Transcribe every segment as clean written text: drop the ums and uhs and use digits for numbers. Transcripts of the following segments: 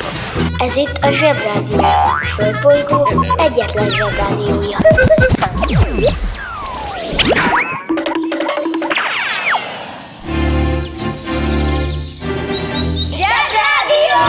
Ez itt a Zsebrádió, a Földbolygó egyetlen Zsebrádiója. Zsebrádió!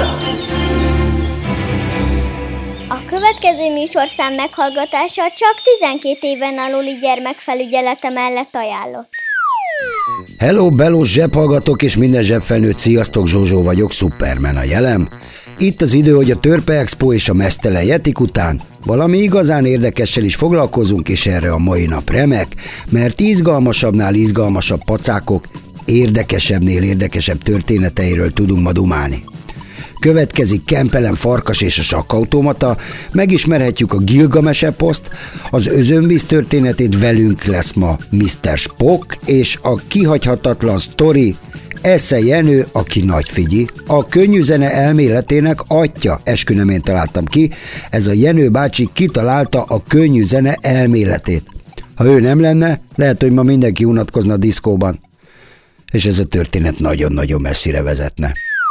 A következő műsorszám meghallgatása csak 12 éven aluli gyermekfelügyelete mellett ajánlott. Hello, bello, zsebhallgatók és minden zsebfelnőtt, sziasztok, Zsózsó vagyok, Superman a jelem. Itt az idő, hogy a Törpe Expo és a meztelen jetik után valami igazán érdekessel is foglalkozunk, és erre a mai nap remek, mert izgalmasabbnál izgalmasabb pacákok érdekesebbnél érdekesebb történeteiről tudunk ma dumálni. Következik Kempelen farkas és a sakkautomata, megismerhetjük a Gilgames eposzt, az özönvíz történetét, velünk lesz ma Mr. Spock, és a kihagyhatatlan sztori Esze Jenő, aki nagy figyi, a könnyű zene elméletének atya, eskü nem én találtam ki, ez a Jenő bácsi kitalálta a könnyű zene elméletét. Ha ő nem lenne, lehet, hogy ma mindenki unatkozna a diszkóban, és ez a történet nagyon-nagyon messzire vezetne.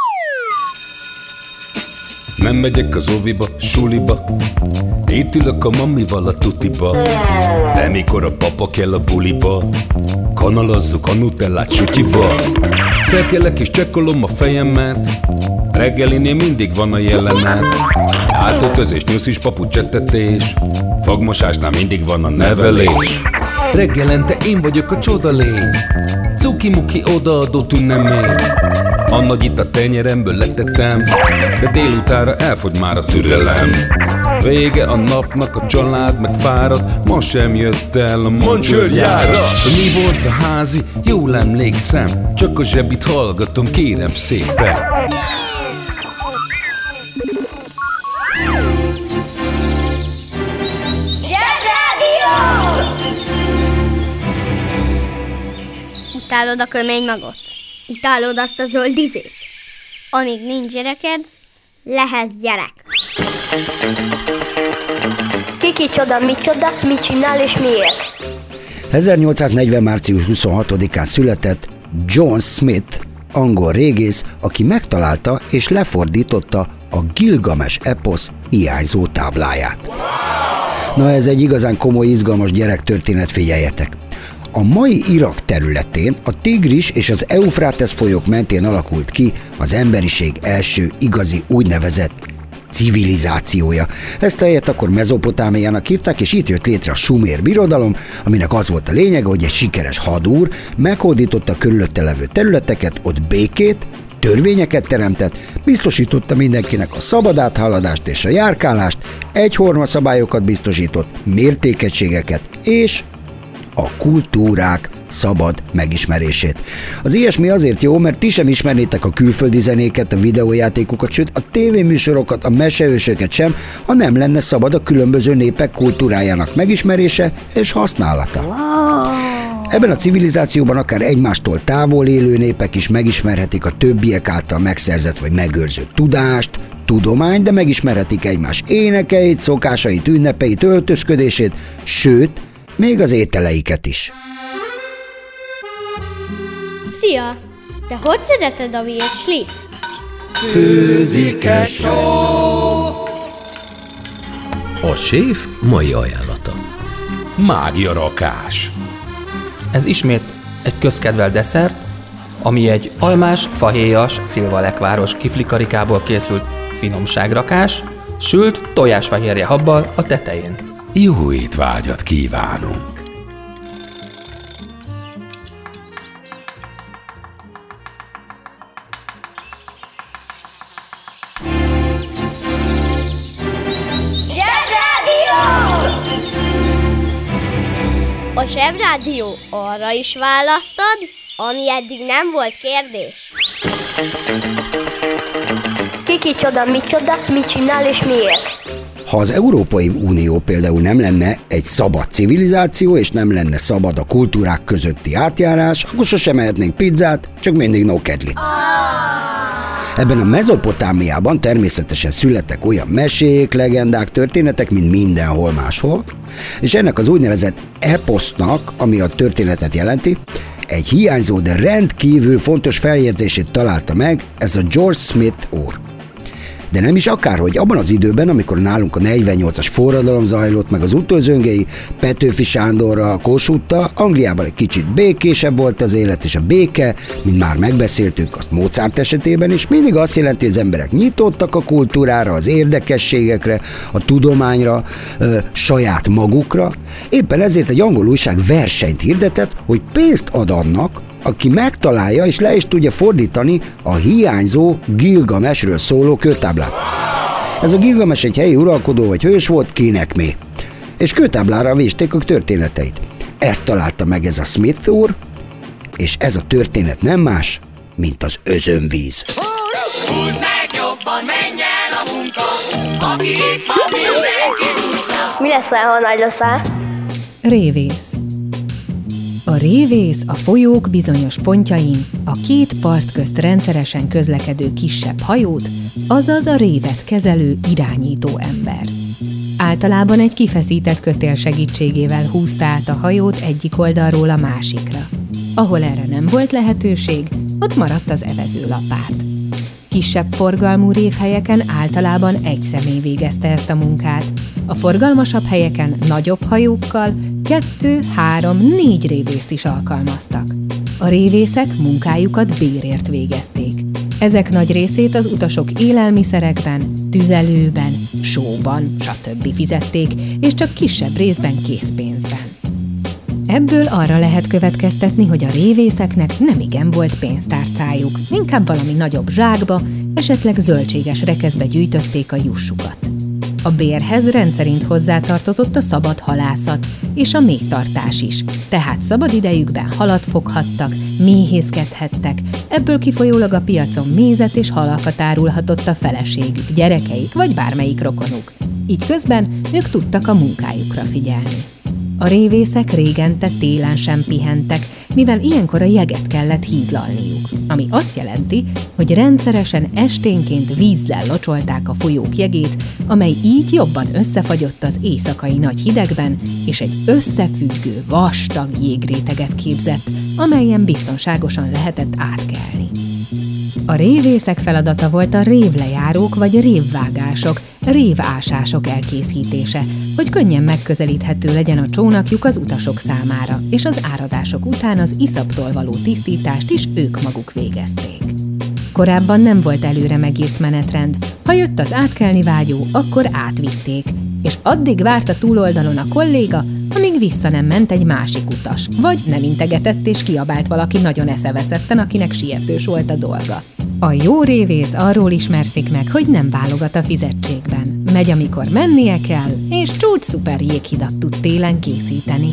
Nem megyek az óviba, suliba, itt ülök a mamival a tutiba, de mikor a papa kell a buliba, kanalazzuk a nutellát sütyiba. Felkelek és csekkolom a fejemet, reggelinél mindig van a jelenet. Átöltözés, nyuszis, papucsettetés, fogmosásnál mindig van a nevelés. Reggelente én vagyok a csodalény, cuki-muki odaadó tünemény. A nagy itt a tenyeremből letettem, de délutánra elfogy már a türelem. Vége a napnak, a család meg fárad, ma sem jött el a mancsőrjára. Mi volt a házi? Jól emlékszem, csak a zsebit hallgatom, kérem szépen. Utálod a kömény magot? Utálod azt a zöld izét? Amíg nincs gyereked, lehetsz gyerek. Kicsoda, micsoda, mit csinál és miért? 1840. március 26-án született John Smith, angol régész, aki megtalálta és lefordította a Gilgames eposz hiányzó tábláját. Na, ez egy igazán komoly, izgalmas gyerektörténet, figyeljetek! A mai Irak területén a Tigris és az Eufrátesz folyók mentén alakult ki az emberiség első igazi úgynevezett civilizációja. Ezt a helyet akkor Mezopotámiának hívták, és itt jött létre a Sumér birodalom, aminek az volt a lényege, hogy egy sikeres hadúr meghódította a körülötte levő területeket, ott békét, törvényeket teremtett, biztosította mindenkinek a szabad áthaladást és a járkálást, egyforma szabályokat biztosított, mértékegységeket és a kultúrák szabad megismerését. Az ilyesmi azért jó, mert ti sem ismernétek a külföldi zenéket, a videójátékokat, sőt a tévéműsorokat, a meseősöket sem, ha nem lenne szabad a különböző népek kultúrájának megismerése és használata. Ebben a civilizációban akár egymástól távol élő népek is megismerhetik a többiek által megszerzett vagy megőrzött tudást, tudományt, de megismerhetik egymás énekeit, szokásait, ünnepeit, öltözködését, sőt, még az ételeiket is. Szia! Te hogy szereted a virslit? Főzik-e só? A séf mai ajánlata. Mágia rakás. Ez ismét egy közkedvelt desszert, ami egy almás, fahéjas, szilvalekváros kiflikarikából készült finomságrakás, sült tojásfehérje habbal a tetején. Jó étvágyat kívánunk! A Zsebrádió arra is választad, ami eddig nem volt kérdés. Kicsoda, micsoda, mit csinál és miért? Ha az Európai Unió például nem lenne egy szabad civilizáció, és nem lenne szabad a kultúrák közötti átjárás, akkor sosem ehetnénk pizzát, csak mindig no kedlit. Ebben a Mezopotámiában természetesen születtek olyan mesék, legendák, történetek, mint mindenhol máshol, és ennek az úgynevezett eposznak, ami a történetet jelenti, egy hiányzó, de rendkívül fontos feljegyzését találta meg ez a George Smith úr. De nem is akárhogy, abban az időben, amikor nálunk a 48-as forradalom zajlott, meg az utolzöngei Petőfi Sándorral, Kossuthtal, Angliában egy kicsit békésebb volt az élet, és a béke, mint már megbeszéltük, azt Mozart esetében is mindig azt jelenti, hogy az emberek nyitottak a kultúrára, az érdekességekre, a tudományra, saját magukra. Éppen ezért egy angol újság versenyt hirdetett, hogy pénzt ad annak, aki megtalálja és le is tudja fordítani a hiányzó Gilgamesről szóló kőtáblát. Ez a Gilgames egy helyi uralkodó vagy hős volt, kinek mi. És kőtáblára vésték a történeteit. Ezt találta meg ez a Smith úr, és ez a történet nem más, mint az özönvíz. Húzd meg jobban, menj el a munka, aki itt van, mindenki húzza. Mi leszel, ha nagy leszel? Révész. A révész a folyók bizonyos pontjain a két part közt rendszeresen közlekedő kisebb hajót, azaz a révet kezelő irányító ember. Általában egy kifeszített kötél segítségével húzta át a hajót egyik oldalról a másikra. Ahol erre nem volt lehetőség, ott maradt az evezőlapát. Kisebb forgalmú révhelyeken általában egy személy végezte ezt a munkát. A forgalmasabb helyeken nagyobb hajókkal 2, 3, 4 révészt is alkalmaztak. A révészek munkájukat bérért végezték. Ezek nagy részét az utasok élelmiszerekben, tüzelőben, sóban, stb. Fizették, és csak kisebb részben készpénzben. Ebből arra lehet következtetni, hogy a révészeknek nemigen volt pénztárcájuk, inkább valami nagyobb zsákba, esetleg zöldséges rekeszbe gyűjtötték a jussukat. A bérhez rendszerint hozzátartozott a szabad halászat és a méhtartás is, tehát szabad idejükben halat foghattak, méhészkedhettek, ebből kifolyólag a piacon mézet és halakat árulhatott a feleségük, gyerekeik vagy bármelyik rokonuk. Így közben ők tudtak a munkájukra figyelni. A révészek régente télen sem pihentek, mivel ilyenkor a jeget kellett hízlalniuk, ami azt jelenti, hogy rendszeresen esténként vízzel locsolták a folyók jegét, amely így jobban összefagyott az éjszakai nagy hidegben, és egy összefüggő, vastag jégréteget képzett, amelyen biztonságosan lehetett átkelni. A révészek feladata volt a révlejárók vagy révvágások, révásások elkészítése, hogy könnyen megközelíthető legyen a csónakjuk az utasok számára, és az áradások után az iszaptól való tisztítást is ők maguk végezték. Korábban nem volt előre megírt menetrend, ha jött az átkelni vágyó, akkor átvitték, és addig várt a túloldalon a kolléga, amíg vissza nem ment egy másik utas, vagy nem integetett és kiabált valaki nagyon eszeveszetten, akinek sietős volt a dolga. A jó révész arról ismerszik meg, hogy nem válogat a fizetségben. Megy, amikor mennie kell, és csúcs szuper jéghidat tud télen készíteni.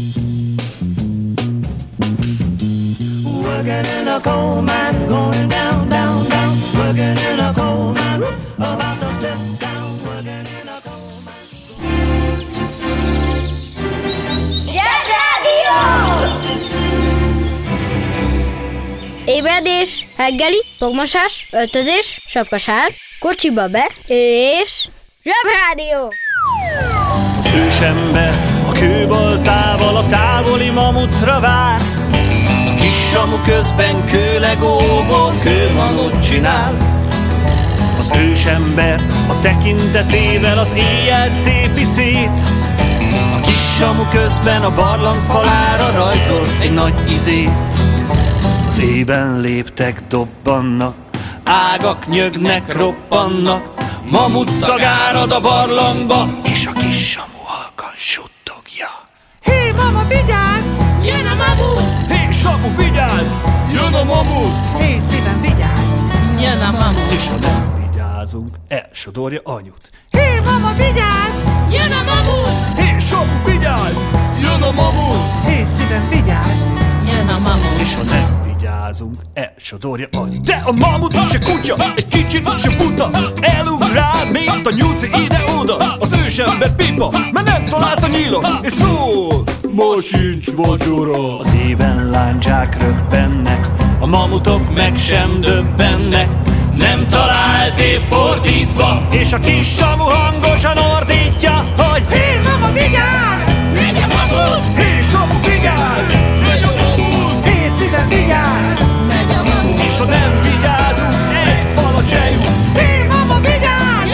Ébredés, reggeli, fogmosás, öltözés, sapkasár, kocsiba be, és Zsebrádió! Az ősember a kőbaltával a távoli mamutra vár. A kis samu közben kőlegóból kőmamut csinál. Az ősember a tekintetével az éjjel tépi szét. A kis samu közben a barlang falára rajzol egy nagy izét. Az éjben léptek dobbannak, ágak nyögnek, roppannak, mamut szagárad a barlangba, és a kis samu halkan suttogja. Hé, mama, vigyázz! Jön a mamut! Hé, samu, vigyázz! Jön a mamut! Hé, szívem, vigyázz! Jön a mamut! És ha nem vigyázunk, elsodorja anyut. Hé, mama, vigyázz! Jön a mamut! Hé, samu, vigyázz! Jön a mamut! Hé, szívem, vigyázz! Jön a mamut! És ha nem vigyázunk, elsodorja anyut. De a mamut se kutya, egy kicsit se buta, elugr rád, mint a nyuszi ide-oda. Az ősember pipa, mert nem talált a nyíla, és szól, ma sincs vacsora. Az éven lándzsák röbbennek, a mamutok meg sem döbbennek. Nem talált épp fordítva, és a kis samu hangosan ordítja, hogy hé, mama, vigyázz! Megy a mamut! Hé, samu, vigyázz! Megy a mamut! Hé, szívem, vigyázz! Megy a mamut! És ha nem vigyázunk, egy falat se jut. Hé, mama, vigyázz!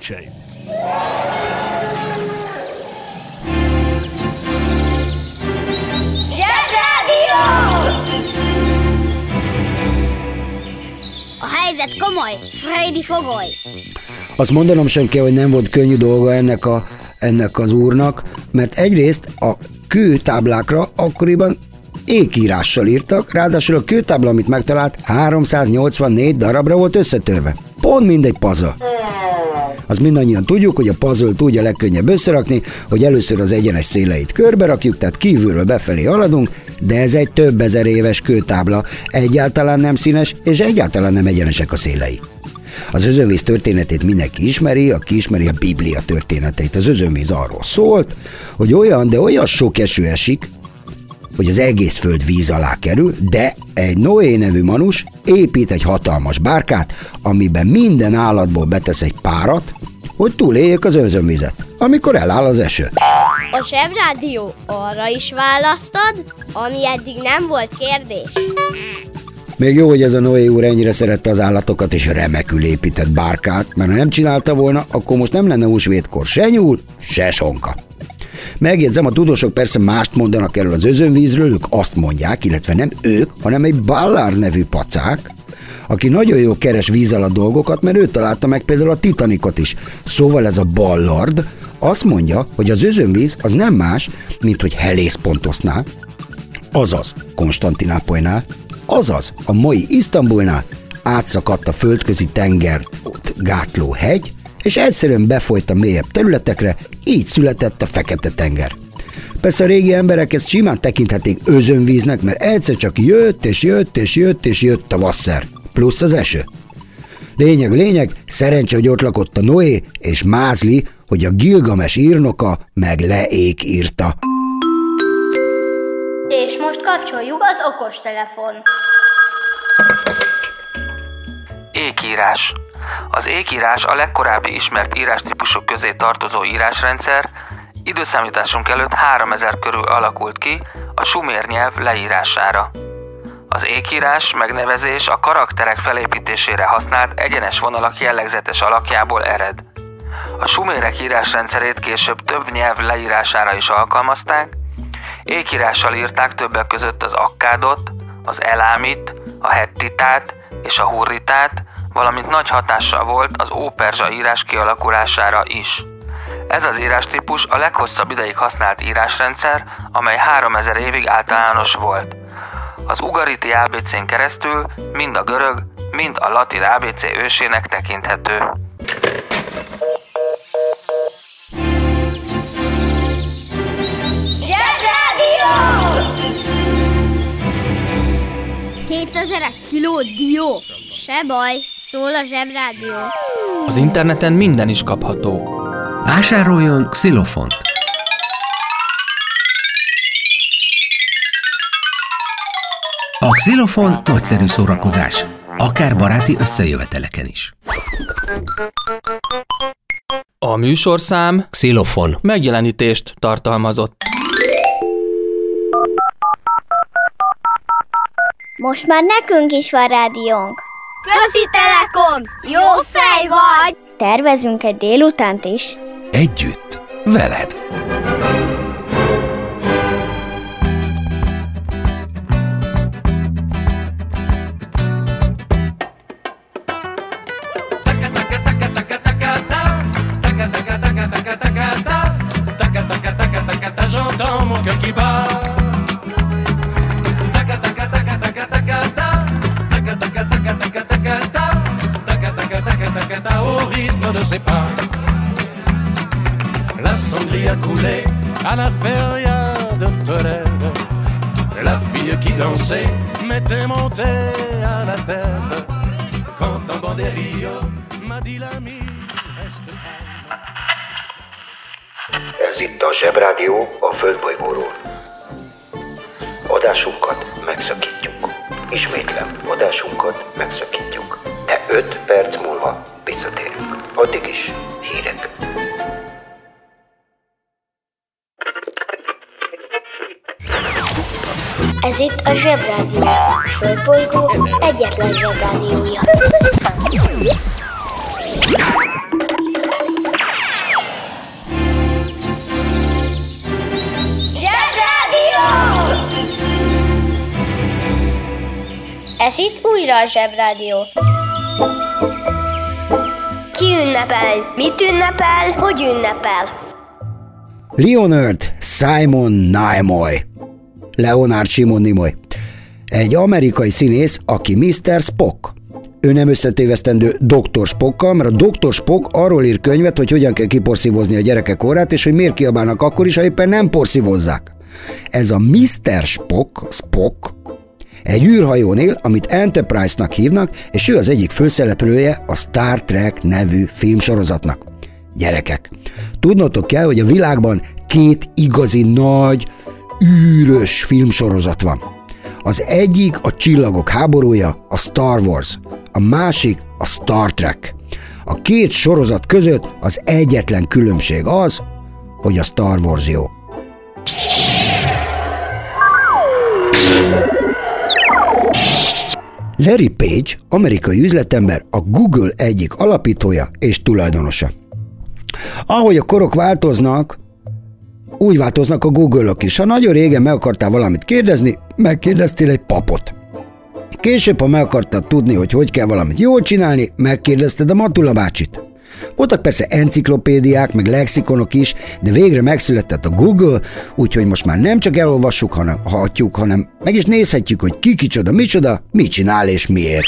se jut. A helyzet komoly, Freddy fogoly! Azt mondanom sem kell, hogy nem volt könnyű dolga ennek az úrnak, mert egyrészt a kőtáblákra akkoriban ékírással írtak, ráadásul a kőtábla, amit megtalált, 384 darabra volt összetörve. Pont mindegy puzzle. Azt mindannyian tudjuk, hogy a puzzle-t úgy a legkönnyebb összerakni, hogy először az egyenes széleit körbe rakjuk, tehát kívülről befelé haladunk, de ez egy több ezer éves kőtábla, egyáltalán nem színes, és egyáltalán nem egyenesek a szélei. Az özönvíz történetét mindenki ismeri, aki ismeri a Biblia történeteit. Az özönvíz arról szólt, hogy olyan sok eső esik, hogy az egész föld víz alá kerül, de egy Noé nevű manus épít egy hatalmas bárkát, amiben minden állatból betesz egy párat, hogy túléljék az özönvizet, amikor eláll az eső. A Zsebrádió arra is választad, ami eddig nem volt kérdés. Még jó, hogy ez a Noé úr ennyire szerette az állatokat és remekül épített bárkát, mert ha nem csinálta volna, akkor most nem lenne húsvétkor se nyúl, se sonka. Megjegyzem, a tudósok persze mást mondanak erről az özönvízről, ők azt mondják, illetve nem ők, hanem egy Ballard nevű pacák, aki nagyon jó keres víz alatt dolgokat, mert ő találta meg például a Titanicot is. Szóval ez a Ballard azt mondja, hogy az özönvíz az nem más, mint hogy Helléspontosnál, azaz Konstantinápolynál, azaz a mai Isztambulnál átszakadt a földközi tengert gátló hegy, és egyszerűen befolyt a mélyebb területekre, így született a Fekete-tenger. Persze a régi emberek ezt simán tekinthették özönvíznek, mert egyszer csak jött a vasszer, plusz az eső. Lényeg, szerencse, hogy ott lakott a Noé, és mázli, hogy a Gilgames írnoka meg leékírta. És most kapcsoljuk az okostelefon. Ékírás. Az ékírás a legkorábbi ismert írástípusok közé tartozó írásrendszer, időszámításunk előtt 3000 körül alakult ki a sumér nyelv leírására. Az ékírás megnevezés a karakterek felépítésére használt egyenes vonalak jellegzetes alakjából ered. A sumérek írásrendszerét később több nyelv leírására is alkalmazták, ékírással írták többek között az akkádot, az elámit, a hettitát és a hurritát, valamint nagy hatással volt az óperzsa írás kialakulására is. Ez az írástípus a leghosszabb ideig használt írásrendszer, amely 3000 évig általános volt. Az ugariti ABC-n keresztül mind a görög, mind a latin ABC ősének tekinthető. Zsebrádió! 2000 kiló dió. Se baj, szól a Zsebrádió. Az interneten minden is kapható. Vásároljon xilofont! A xilofon nagyszerű szórakozás, akár baráti összejöveteleken is. A műsorszám Xilofon megjelenítést tartalmazott. Most már nekünk is van rádiónk. Köszi Telekom! Jó fej vagy! Tervezünk egy délutánt is. együtt, veled. J'entends mon cœur qui bat. Au rythme de ses pas. La sangria coulait à la feria de Toledo. La fille qui dansait m'était montée à la tête. Quand un banderillo m'a dit l'ami, reste calme. Ez itt a Zsebrádió a Földbolygóról. Adásunkat megszakítjuk. Ismétlem, adásunkat megszakítjuk. De 5 perc múlva visszatérünk. Addig is hírek. Ez itt a Zsebrádió, a Földbolygó egyetlen Zsebrádiója. Ez itt újra a Zsebrádió. Ki ünnepel? Mit ünnepel? Hogy ünnepel? Leonard Simon Nimoy. Leonard Simon Nimoy. Egy amerikai színész, aki Mr. Spock. Ő nem összetévesztendő Dr. Spockkal, mert a Dr. Spock arról ír könyvet, hogy hogyan kell kiporszívozni a gyerekek orrát, és hogy miért kiabálnak akkor is, ha éppen nem porszívozzák. Ez a Mr. Spock egy űrhajón él, amit Enterprise-nak hívnak, és ő az egyik főszereplője a Star Trek nevű filmsorozatnak. Gyerekek, tudnotok kell, hogy a világban 2 igazi nagy, űrös filmsorozat van. Az egyik a Csillagok háborúja, a Star Wars, a másik a Star Trek. A 2 sorozat között az egyetlen különbség az, hogy a Star Wars jó. Larry Page, amerikai üzletember, a Google egyik alapítója és tulajdonosa. Ahogy a korok változnak, úgy változnak a Google-ok is. Ha nagyon régen meg akartál valamit kérdezni, megkérdeztél egy papot. Később, ha meg akartad tudni, hogy kell valamit jól csinálni, megkérdezted a Matula bácsit. Voltak persze enciklopédiák, meg lexikonok is, de végre megszületett a Google, úgyhogy most már nem csak elolvassuk, hanem meg is nézhetjük, hogy ki kicsoda, micsoda, mit csinál és miért.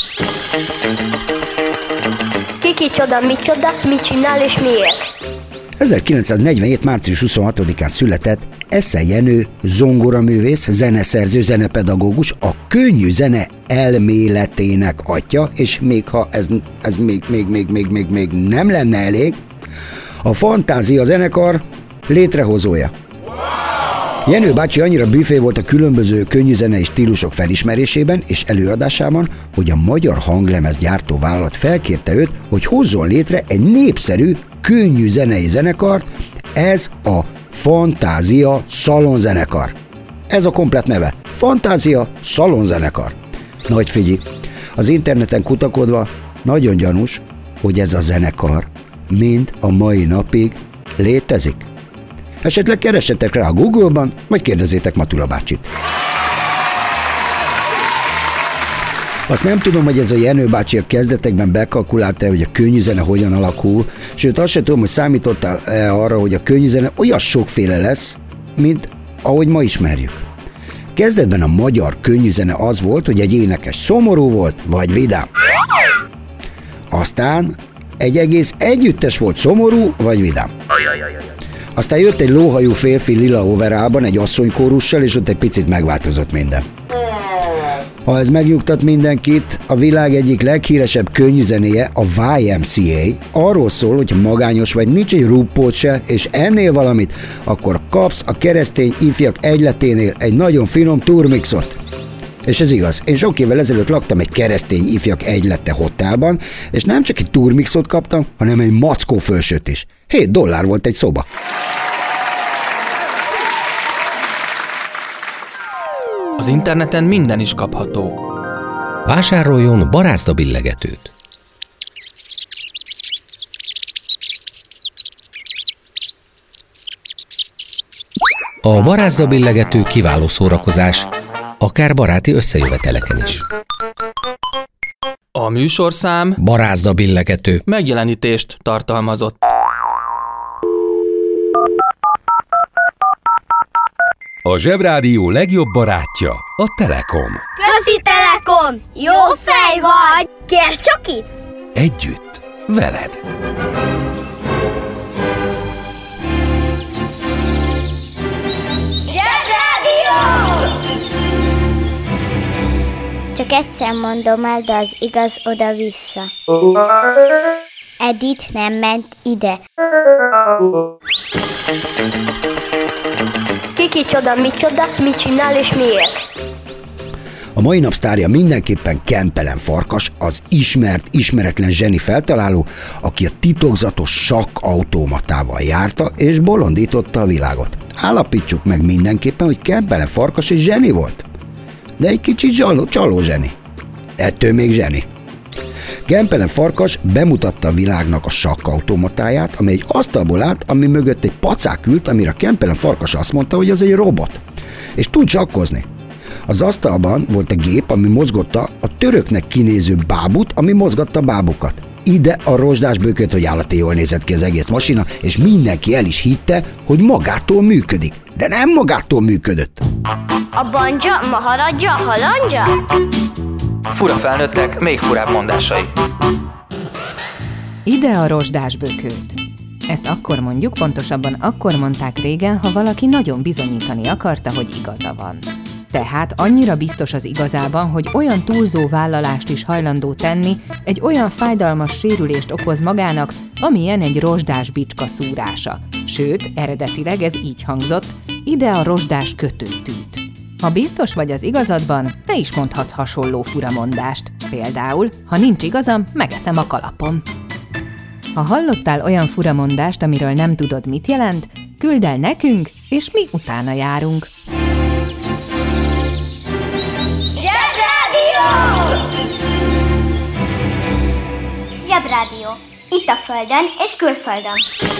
Ki kicsoda, micsoda, mit csinál és miért? 1947. március 26-án született Esze Jenő, zongoraművész, zeneszerző, zenepedagógus, a könnyű zene elméletének atya, és még ha ez még nem lenne elég, a Fantázia zenekar létrehozója. Jenő bácsi annyira büfé volt a különböző könnyűzenei stílusok felismerésében és előadásában, hogy a magyar hanglemezgyártó vállalat felkérte őt, hogy hozzon létre egy népszerű könnyű zenei zenekart, ez a Fantázia Szalonzenekar. Ez a komplett neve. Fantázia Szalonzenekar. Nagy figyelj, az interneten kutakodva nagyon gyanús, hogy ez a zenekar mind a mai napig létezik. Esetleg keressetek rá a Google-ban, vagy kérdezzétek Matula bácsit. Azt nem tudom, hogy ez a Jenő bácsi a kezdetekben bekalkulálta, hogy a könnyűzene hogyan alakul, sőt azt sem tudom, hogy számítottál arra, hogy a könnyűzene olyan sokféle lesz, mint ahogy ma ismerjük. Kezdetben a magyar könnyűzene az volt, hogy egy énekes szomorú volt, vagy vidám. Aztán egy egész együttes volt szomorú, vagy vidám. Aztán jött egy lóhajú férfi lila overálban, egy asszonykórussal, és ott egy picit megváltozott minden. Ha ez megnyugtat mindenkit, a világ egyik leghíresebb könnyűzenéje, a YMCA, arról szól, hogy ha magányos vagy, nincs egy rúppót se, és ennél valamit, akkor kapsz a keresztény ifjak egyleténél egy nagyon finom turmixot. És ez igaz, én sok évvel ezelőtt laktam egy keresztény ifjak egylete hotelban, és nem csak egy turmixot kaptam, hanem egy mackó fölsőt is. $7 volt egy szoba. Az interneten minden is kapható. Vásároljon barázdabillegetőt. A barázdabillegető kiváló szórakozás, akár baráti összejöveteleken is. A műsorszám barázdabillegető megjelenítést tartalmazott. A Zsebrádió legjobb barátja a Telekom. Közi Telekom! Jó fej vagy! Kérd csak itt! Együtt, veled. Zsebrádió! Csak egyszer mondom el, de az igaz oda-vissza. Edith nem ment ide. Ki kicsoda, micsoda, mit csinál és miért? A mai nap sztárja mindenképpen Kempelen Farkas, az ismeretlen zseni feltaláló, aki a titokzatos sakkautomatával járta és bolondította a világot. Állapítsuk meg mindenképpen, hogy Kempelen Farkas egy zseni volt. De egy kicsit csaló zseni. Ettől még zseni. Kempelen Farkas bemutatta a világnak a sakkautomatáját, amely egy asztalból állt, ami mögött egy pacák ült, amire Kempelen Farkas azt mondta, hogy az egy robot. És tud sakkozni. Az asztalban volt egy gép, ami mozgotta a töröknek kinéző bábut, ami mozgatta a bábukat. Ide a rozsdás bököt, hogy állati jól nézett ki az egész masina, és mindenki el is hitte, hogy magától működik. De nem magától működött. A banja, maharadja, halandja? Fura felnőttek, még furább mondásai. Ide a rozsdás bökőt. Ezt akkor mondjuk, pontosabban akkor mondták régen, ha valaki nagyon bizonyítani akarta, hogy igaza van. Tehát annyira biztos az igazában, hogy olyan túlzó vállalást is hajlandó tenni, egy olyan fájdalmas sérülést okoz magának, amilyen egy rozsdás bicska szúrása. Sőt, eredetileg ez így hangzott, ide a rozsdás kötőtűt. Ha biztos vagy az igazadban, te is mondhatsz hasonló furamondást. Például, ha nincs igazam, megeszem a kalapom. Ha hallottál olyan furamondást, amiről nem tudod, mit jelent, küldd el nekünk, és mi utána járunk. Zsebrádió. Itt a Földön és külföldön.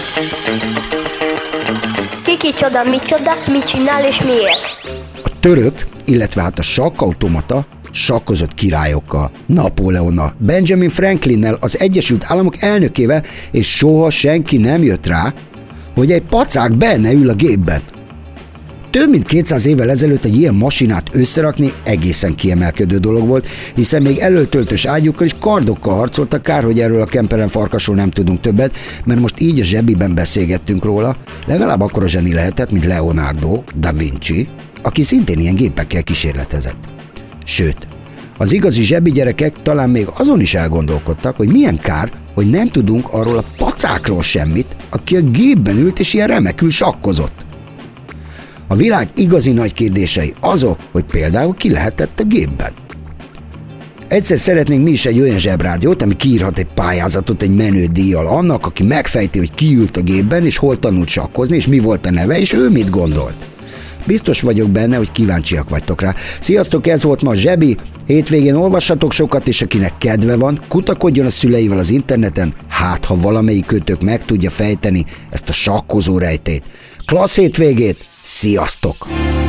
Ki csoda, mit csinál és miért? A török, illetve hát a sakkautomata sakkozott királyokkal, Napóleonnal, Benjamin Franklinnel, az Egyesült Államok elnökével, és soha senki nem jött rá, hogy egy pacák benne ül a gépben. Több mint 200 évvel ezelőtt egy ilyen masinát összerakni egészen kiemelkedő dolog volt, hiszen még elöltöltös ágyukkal és kardokkal harcoltak, kár, hogy erről a kempelen farkasról nem tudunk többet, mert most így a zsebiben beszélgettünk róla, legalább akkora zseni lehetett, mint Leonardo da Vinci, aki szintén ilyen gépekkel kísérletezett. Sőt, az igazi zsebi gyerekek talán még azon is elgondolkodtak, hogy milyen kár, hogy nem tudunk arról a pacákról semmit, aki a gépben ült és ilyen remekül sakkozott. A világ igazi nagy kérdései azok, hogy például ki lehetett a gépben. Egyszer szeretnénk mi is egy olyan zsebrádiót, ami kiírhat egy pályázatot egy menő díjjal annak, aki megfejti, hogy ki ült a gépben, és hol tanult sakkozni, és mi volt a neve, és ő mit gondolt. Biztos vagyok benne, hogy kíváncsiak vagytok rá. Sziasztok, ez volt ma a Zsebi. Hétvégén olvassatok sokat, és akinek kedve van, kutakodjon a szüleivel az interneten, hát ha valamelyik kötök meg tudja fejteni ezt a sakkozó rejtét. Klassz hétvégét, sziasztok!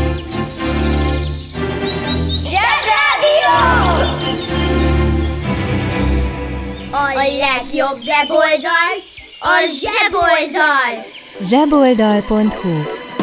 Zsebrádió! A legjobb weboldal a zseboldal! Zseboldal.hu